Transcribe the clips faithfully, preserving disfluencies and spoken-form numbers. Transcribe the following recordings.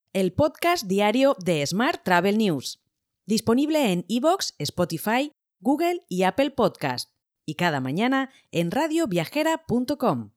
el podcast diario de Smart Travel News, disponible en iVoox, Spotify, Google y Apple Podcast, y cada mañana en radio viajera punto com.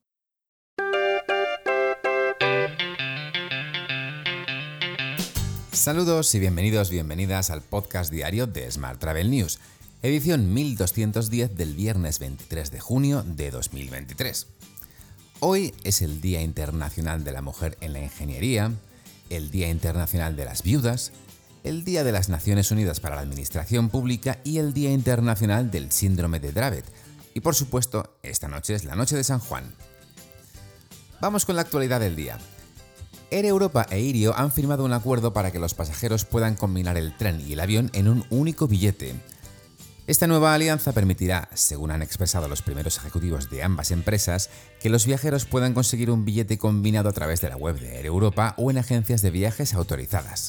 Saludos y bienvenidos, bienvenidas al podcast diario de Smart Travel News, edición mil doscientos diez del viernes veintitrés de junio de dos mil veintitrés. Hoy es el Día Internacional de la Mujer en la Ingeniería, el Día Internacional de las Viudas, el Día de las Naciones Unidas para la Administración Pública y el Día Internacional del Síndrome de Dravet. Y por supuesto, esta noche es la Noche de San Juan. Vamos con la actualidad del día. Air Europa e Irio han firmado un acuerdo para que los pasajeros puedan combinar el tren y el avión en un único billete. Esta nueva alianza permitirá, según han expresado los primeros ejecutivos de ambas empresas, que los viajeros puedan conseguir un billete combinado a través de la web de Air Europa o en agencias de viajes autorizadas.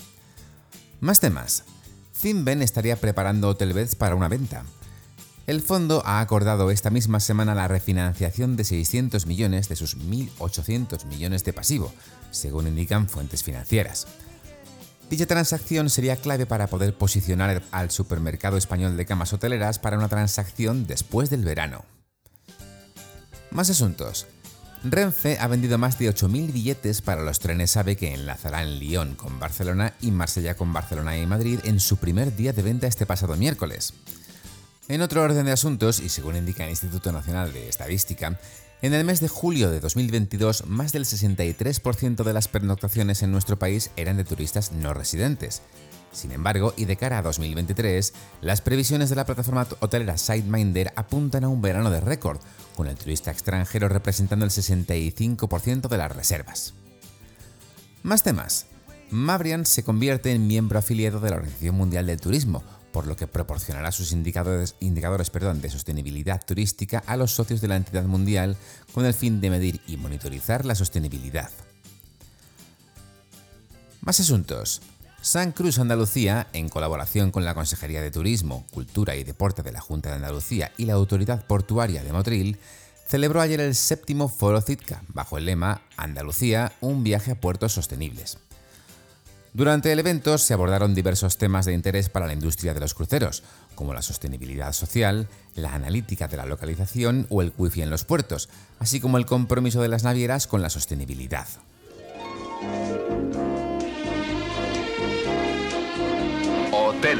Más temas. Cinven estaría preparando Hotelbeds para una venta. El fondo ha acordado esta misma semana la refinanciación de seiscientos millones de sus mil ochocientos millones de pasivo, según indican fuentes financieras. Dicha transacción sería clave para poder posicionar al supermercado español de camas hoteleras para una transacción después del verano. Más asuntos. Renfe ha vendido más de ocho mil billetes para los trenes AVE que enlazarán Lyon con Barcelona y Marsella con Barcelona y Madrid en su primer día de venta este pasado miércoles. En otro orden de asuntos, y según indica el Instituto Nacional de Estadística, en el mes de julio de dos mil veintidós, más del sesenta y tres por ciento de las pernoctaciones en nuestro país eran de turistas no residentes. Sin embargo, y de cara a dos mil veintitrés, las previsiones de la plataforma hotelera Sideminder apuntan a un verano de récord, con el turista extranjero representando el sesenta y cinco por ciento de las reservas. Más temas. Mabrian se convierte en miembro afiliado de la Organización Mundial del Turismo, por lo que proporcionará sus indicadores, indicadores perdón, de sostenibilidad turística a los socios de la entidad mundial con el fin de medir y monitorizar la sostenibilidad. Más asuntos. San Cruz Andalucía, en colaboración con la Consejería de Turismo, Cultura y Deporte de la Junta de Andalucía y la Autoridad Portuaria de Motril, celebró ayer el séptimo Foro Citca, bajo el lema Andalucía, un viaje a puertos sostenibles. Durante el evento se abordaron diversos temas de interés para la industria de los cruceros, como la sostenibilidad social, la analítica de la localización o el wifi en los puertos, así como el compromiso de las navieras con la sostenibilidad. Hotel.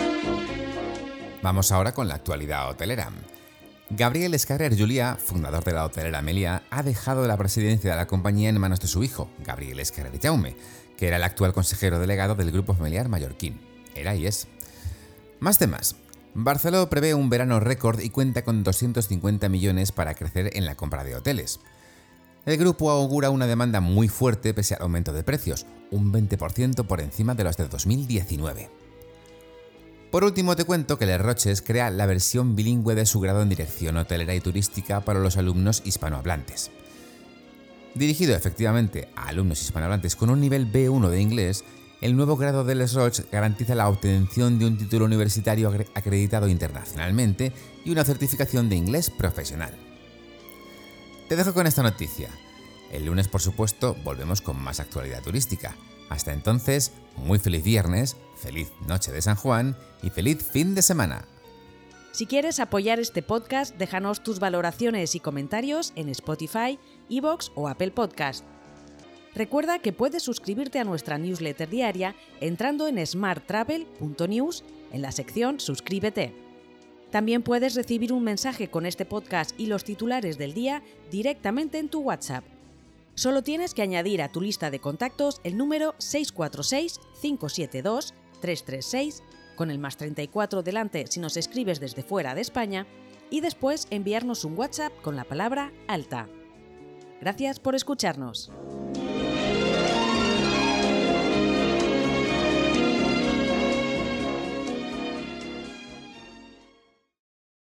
Vamos ahora con la actualidad hotelera. Gabriel Escarrer Julià, fundador de la hotelera Meliá, ha dejado la presidencia de la compañía en manos de su hijo, Gabriel Escarrer Jaume, que era el actual consejero delegado del grupo familiar mallorquín. Era y es. Más temas. Barceló prevé un verano récord y cuenta con doscientos cincuenta millones para crecer en la compra de hoteles. El grupo augura una demanda muy fuerte pese al aumento de precios, un veinte por ciento por encima de los de dos mil diecinueve. Por último te cuento que Les Roches crea la versión bilingüe de su grado en Dirección Hotelera y Turística para los alumnos hispanohablantes. Dirigido efectivamente a alumnos hispanohablantes con un nivel be uno de inglés, el nuevo grado de Les Roches garantiza la obtención de un título universitario acreditado internacionalmente y una certificación de inglés profesional. Te dejo con esta noticia. El lunes, por supuesto, volvemos con más actualidad turística. Hasta entonces, muy feliz viernes, feliz noche de San Juan y feliz fin de semana. Si quieres apoyar este podcast, déjanos tus valoraciones y comentarios en Spotify, iVoox o Apple Podcast. Recuerda que puedes suscribirte a nuestra newsletter diaria entrando en smart travel punto news en la sección Suscríbete. También puedes recibir un mensaje con este podcast y los titulares del día directamente en tu WhatsApp. Solo tienes que añadir a tu lista de contactos el número seis cuatro seis, cinco siete dos, tres tres seis con el más treinta y cuatro delante si nos escribes desde fuera de España y después enviarnos un WhatsApp con la palabra alta. Gracias por escucharnos.